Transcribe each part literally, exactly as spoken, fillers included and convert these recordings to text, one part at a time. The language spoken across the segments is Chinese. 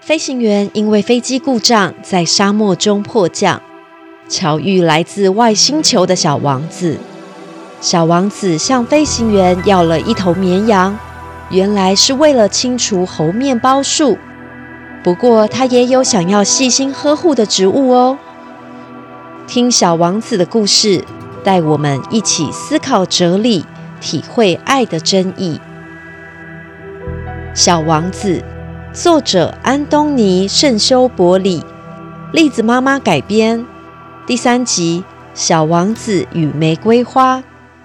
飞行员因为飞机故障在沙漠中迫降，巧遇来自外星球的小王子。小王子向飞行员要了一头绵羊，原来是为了清除猴面包树。不过他也有想要细心呵护的植物哦。听小王子的故事，带我们一起思考哲理，体会爱的真意。小王子，作者安东尼·圣修伯里，栗子妈妈改编。第三集《小王子与玫瑰花》。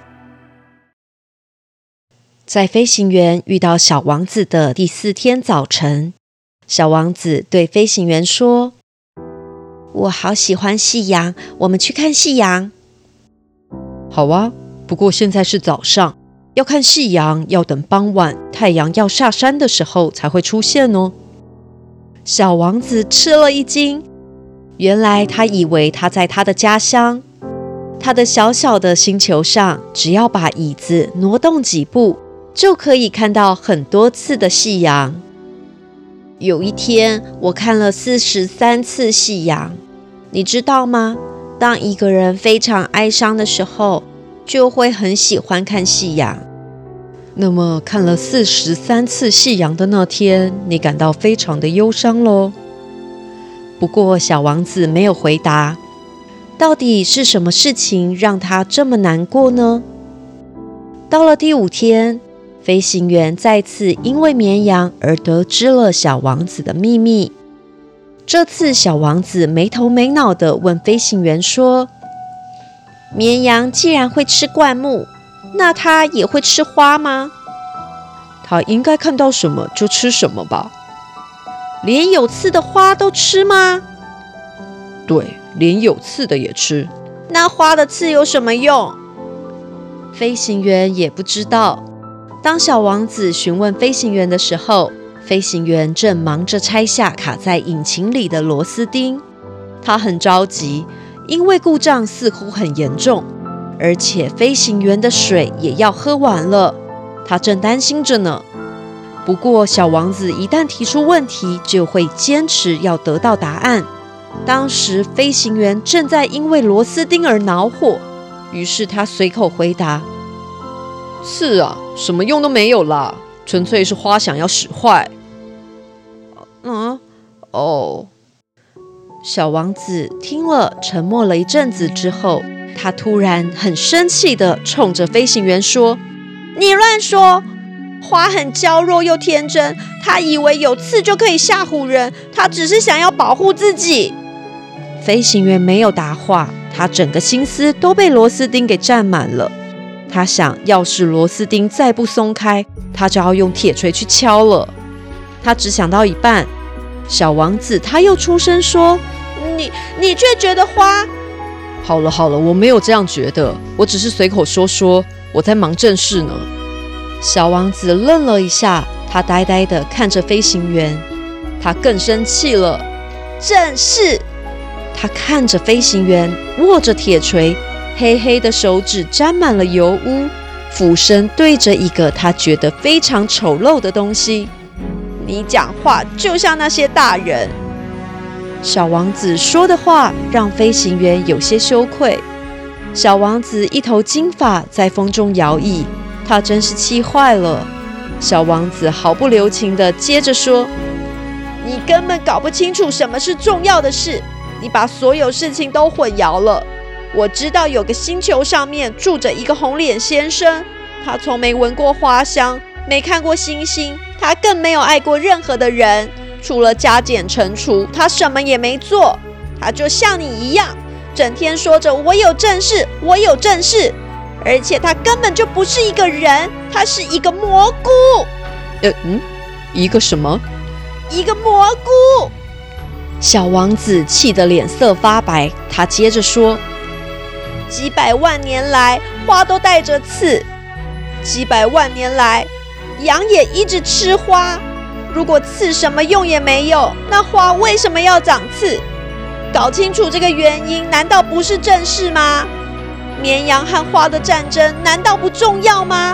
在飞行员遇到小王子的第四天早晨，小王子对飞行员说：“我好喜欢夕阳，我们去看夕阳。” 好啊，不过现在是早上，要看夕阳要等傍晚太阳要下山的时候才会出现哦。 小王子吃了一惊，原来他以为他在他的家乡，他的小小的星球上，只要把椅子挪动几步，就可以看到很多次的夕阳。有一天，我看了四十三次夕阳，你知道吗？当一个人非常哀伤的时候，就会很喜欢看夕阳。 那么看了四十三次夕阳的那天，你感到非常的忧伤咯。 不过小王子没有回答，到底是什么事情让他这么难过呢？到了第五天，飞行员再次因为绵羊而得知了小王子的秘密。这次小王子没头没脑地问飞行员说：“绵羊既然会吃灌木，那它也会吃花吗？” 它应该看到什么就吃什么吧。 连有刺的花都吃吗？ 对，连有刺的也吃。 那花的刺有什么用？飞行员也不知道。当小王子询问飞行员的时候，飞行员正忙着拆下卡在引擎里的螺丝钉。他很着急，因为故障似乎很严重，而且飞行员的水也要喝完了，他正担心着呢。不过小王子一旦提出问题，就会坚持要得到答案。当时飞行员正在因为螺丝钉而恼火，于是他随口回答：“ 刺啊，什么用都没有啦，纯粹是花想要使坏。” 嗯，哦。小王子听了，沉默了一阵子之后，他突然很生气地冲着飞行员说：“你乱说！花很娇弱又天真，他以为有刺就可以吓唬人，他只是想要保护自己。”飞行员没有答话，他整个心思都被螺丝钉给占满了。他想，要是螺丝钉再不松开，他就要用铁锤去敲了。他只想到一半，小王子他又出声说：“你你却觉得花……” 好了好了，我没有这样觉得，我只是随口说说，我在忙正事呢。 小王子愣了一下，他呆呆地看着飞行员，他更生气了。正事！他看着飞行员握着铁锤，黑黑的手指沾满了油污，俯身对着一个他觉得非常丑陋的东西。你讲话就像那些大人。小王子说的话让飞行员有些羞愧。小王子一头金发在风中摇曳，他真是气坏了。小王子毫不留情地接着说：“你根本搞不清楚什么是重要的事，你把所有事情都混淆了。我知道有个星球上面住着一个红脸先生，他从没闻过花香，没看过星星，他更没有爱过任何的人，除了加减乘除，他什么也没做。他就像你一样，整天说着我有正事，我有正事，而且他根本就不是一个人，他是一个蘑菇。” 呃嗯，一个什么？ 一个蘑菇。小王子气得脸色发白，他接着说：“几百万年来，花都带着刺；几百万年来，羊也一直吃花。如果刺什么用也没有，那花为什么要长刺？搞清楚这个原因，难道不是正事吗？绵羊和花的战争难道不重要吗？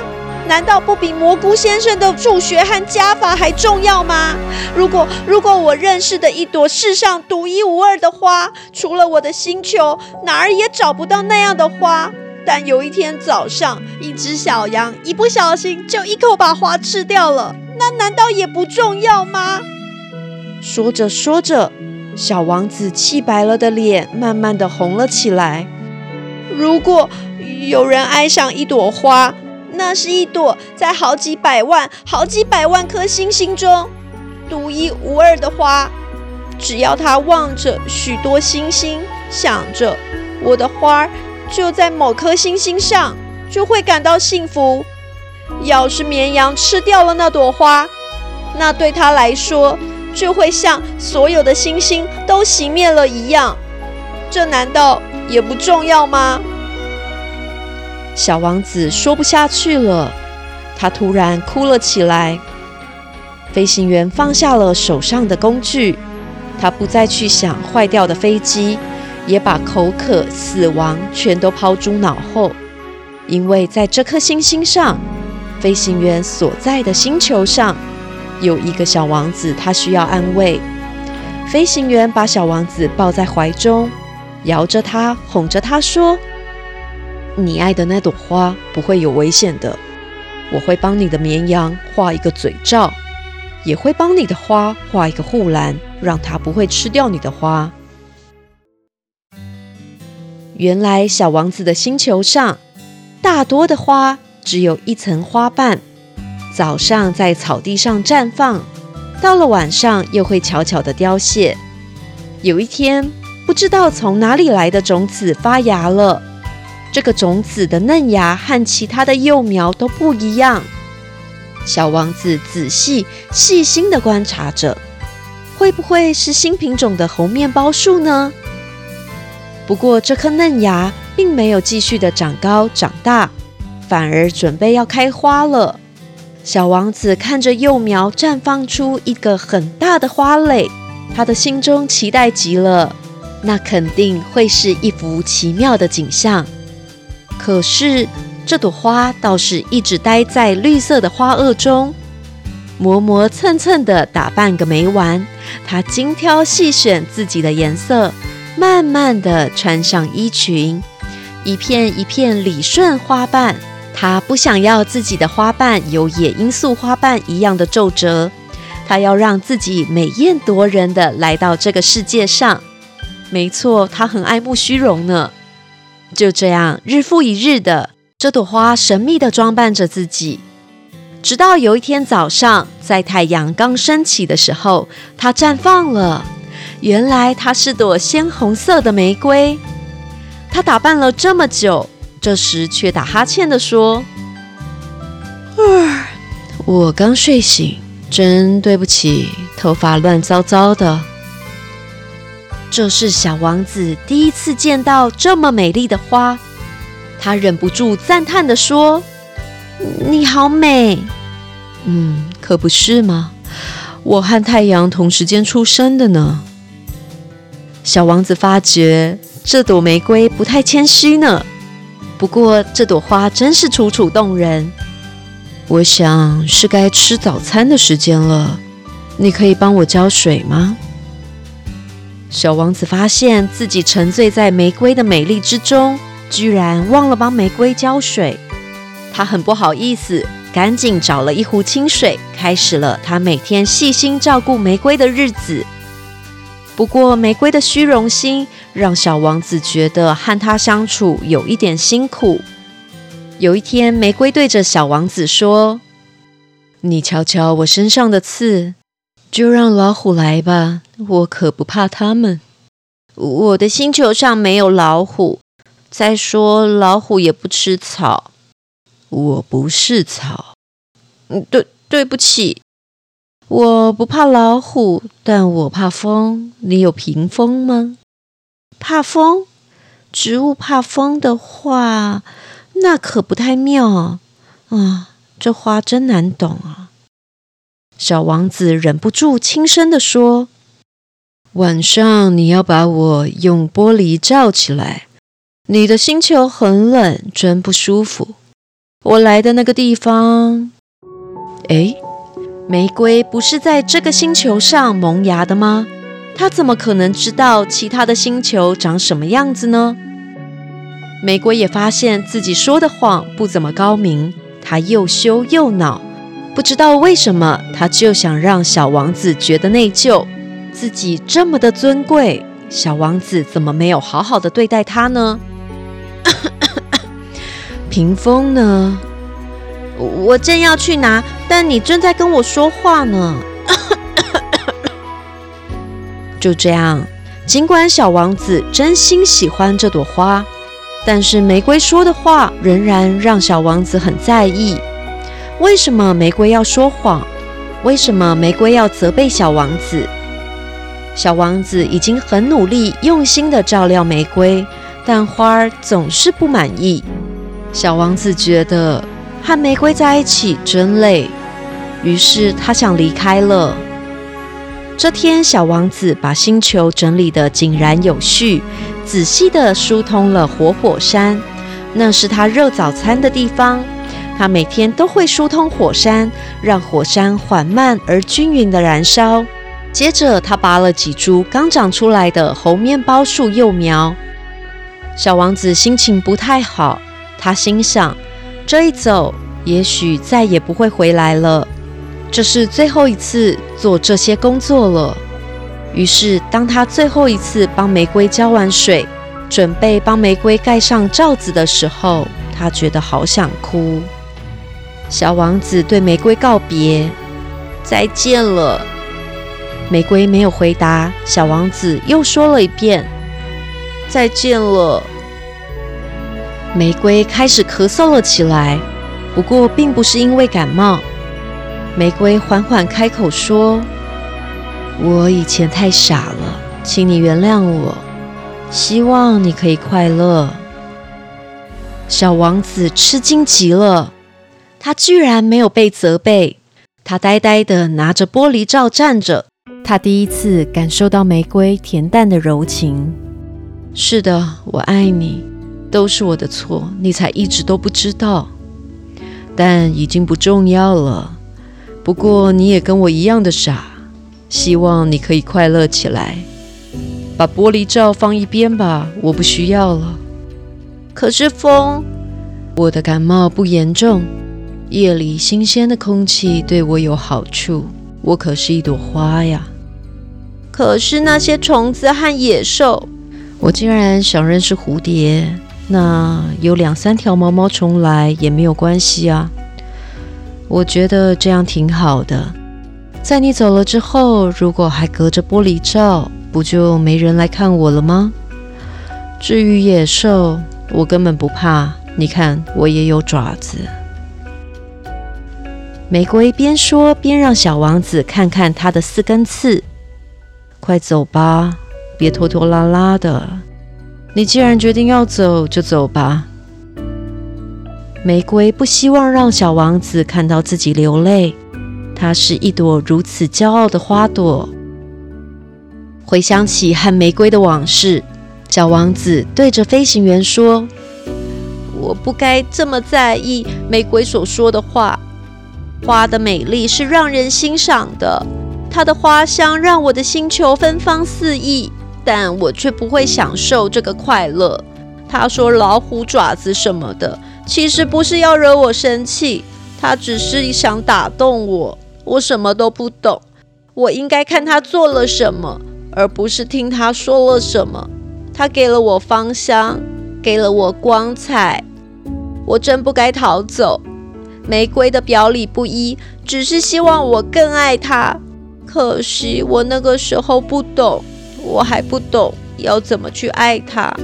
难道不比蘑菇先生的数学和加法还重要吗？如果如果我认识的一朵世上独一无二的花，除了我的星球，哪儿也找不到那样的花。但有一天早上，一只小羊一不小心就一口把花吃掉了，那难道也不重要吗？说着说着，小王子气白了的脸慢慢的红了起来。如果有人爱上一朵花，那是一朵在好几百万、好几百万颗星星中独一无二的花。只要他望着许多星星，想着我的花就在某颗星星上，就会感到幸福。要是绵羊吃掉了那朵花，那对他来说就会像所有的星星都熄灭了一样。这难道也不重要吗？小王子说不下去了，他突然哭了起来。飞行员放下了手上的工具，他不再去想坏掉的飞机，也把口渴、死亡全都抛诸脑后。因为在这颗星星上，飞行员所在的星球上，有一个小王子，他需要安慰。飞行员把小王子抱在怀中，摇着他，哄着他说：你爱的那朵花不会有危险的，我会帮你的绵羊画一个嘴罩，也会帮你的花画一个护栏，让它不会吃掉你的花。原来小王子的星球上，大多的花只有一层花瓣，早上在草地上绽放，到了晚上又会悄悄地凋谢。有一天，不知道从哪里来的种子发芽了，这个种子的嫩芽和其他的幼苗都不一样。小王子仔细细心地观察着，会不会是新品种的红面包树呢？不过这颗嫩芽并没有继续的长高长大，反而准备要开花了。小王子看着幼苗绽放出一个很大的花蕾，他的心中期待极了，那肯定会是一幅奇妙的景象。可是这朵花倒是一直待在绿色的花萼中，磨磨蹭蹭的打扮个没完。它精挑细选自己的颜色，慢慢的穿上衣裙，一片一片理顺花瓣。它不想要自己的花瓣有野罂粟花瓣一样的皱褶，它要让自己美艳夺人的来到这个世界上。没错，它很爱慕虚荣呢。就这样，日复一日的，这朵花神秘地装扮着自己，直到有一天早上，在太阳刚升起的时候，它绽放了。原来它是朵鲜红色的玫瑰。它打扮了这么久，这时却打哈欠地说：我刚睡醒，真对不起，头发乱糟糟的。这是小王子第一次见到这么美丽的花，他忍不住赞叹地说：你好美。嗯，可不是吗？我和太阳同时间出生的呢。小王子发觉这朵玫瑰不太谦虚呢，不过这朵花真是楚楚动人。我想是该吃早餐的时间了，你可以帮我浇水吗？小王子发现自己沉醉在玫瑰的美丽之中，居然忘了帮玫瑰浇水。他很不好意思，赶紧找了一壶清水，开始了他每天细心照顾玫瑰的日子。不过玫瑰的虚荣心让小王子觉得和他相处有一点辛苦。有一天，玫瑰对着小王子说：你瞧瞧我身上的刺，就让老虎来吧，我可不怕他们。我的星球上没有老虎，再说老虎也不吃草。我不是草。对对不起，我不怕老虎，但我怕风。你有屏风吗？怕风？植物怕风的话，那可不太妙啊！这花真难懂啊。小王子忍不住轻声地说：晚上你要把我用玻璃罩起来，你的星球很冷，真不舒服。 我来的那个地方……诶，玫瑰不是在这个星球上萌芽的吗？它怎么可能知道其他的星球长什么样子呢？玫瑰也发现自己说的谎不怎么高明，她又羞又恼，不知道为什么，她就想让小王子觉得内疚。自己这么的尊贵，小王子怎么没有好好的对待他呢？屏风呢？我正要去拿，但你正在跟我说话呢。就这样，尽管小王子真心喜欢这朵花，但是玫瑰说的话仍然让小王子很在意。为什么玫瑰要说谎？为什么玫瑰要责备小王子？小王子已经很努力用心地照料玫瑰，但花儿总是不满意。小王子觉得和玫瑰在一起真累，于是他想离开了。这天，小王子把星球整理得井然有序，仔细地疏通了活火山，那是他热早餐的地方。他每天都会疏通火山，让火山缓慢而均匀地燃烧。接着，他拔了几株刚长出来的猴面包树幼苗。小王子心情不太好，他心想，这一走，也许再也不会回来了。这是最后一次做这些工作了。于是，当他最后一次帮玫瑰浇完水，准备帮玫瑰盖上罩子的时候，他觉得好想哭。小王子对玫瑰告别，再见了。玫瑰没有回答，小王子又说了一遍，再见了。玫瑰开始咳嗽了起来，不过并不是因为感冒。玫瑰缓缓开口说，我以前太傻了，请你原谅我，希望你可以快乐。小王子吃惊极了，他居然没有被责备。他呆呆地拿着玻璃罩站着，他第一次感受到玫瑰恬淡的柔情。是的，我爱你，都是我的错，你才一直都不知道，但已经不重要了。不过你也跟我一样的傻，希望你可以快乐起来。把玻璃罩放一边吧，我不需要了。可是风，我的感冒不严重，夜里新鲜的空气对我有好处，我可是一朵花呀。可是那些虫子和野兽，我竟然想认识蝴蝶，那有两三条毛毛虫来也没有关系啊。我觉得这样挺好的。在你走了之后，如果还隔着玻璃罩，不就没人来看我了吗？至于野兽，我根本不怕，你看我也有爪子。玫瑰边说边让小王子看看他的四根刺。快走吧，别拖拖拉拉的。你既然决定要走，就走吧。玫瑰不希望让小王子看到自己流泪，它是一朵如此骄傲的花朵。回想起和玫瑰的往事，小王子对着飞行员说，我不该这么在意玫瑰所说的话。花的美丽是让人欣赏的，它的花香让我的星球芬芳四溢，但我却不会享受这个快乐。他说老虎爪子什么的，其实不是要惹我生气，他只是想打动我。我什么都不懂，我应该看他做了什么，而不是听他说了什么。他给了我芳香，给了我光彩，我真不该逃走。玫瑰的表里不一，只是希望我更爱他。可惜我那个时候不懂，我还不懂要怎么去爱他。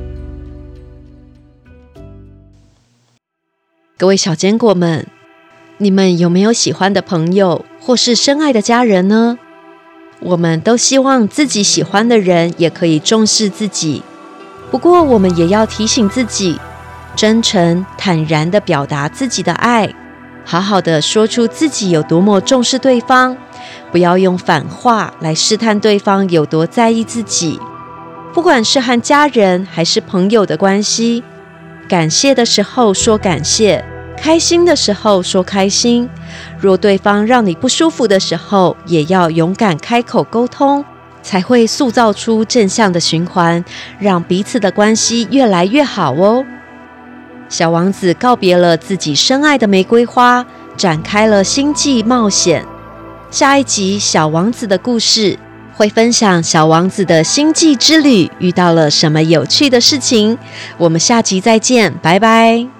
各位小坚果们，你们有没有喜欢的朋友或是深爱的家人呢？我们都希望自己喜欢的人也可以重视自己，不过我们也要提醒自己，真诚坦然地表达自己的爱，好好的说出自己有多么重视对方，不要用反话来试探对方有多在意自己。不管是和家人还是朋友的关系，感谢的时候说感谢， 开心的时候说开心，若对方让你不舒服的时候，也要勇敢开口沟通，才会塑造出正向的循环，让彼此的关系越来越好哦。小王子告别了自己深爱的玫瑰花，展开了星际冒险。下一集小王子的故事会分享小王子的星际之旅遇到了什么有趣的事情，我们下集再见，拜拜。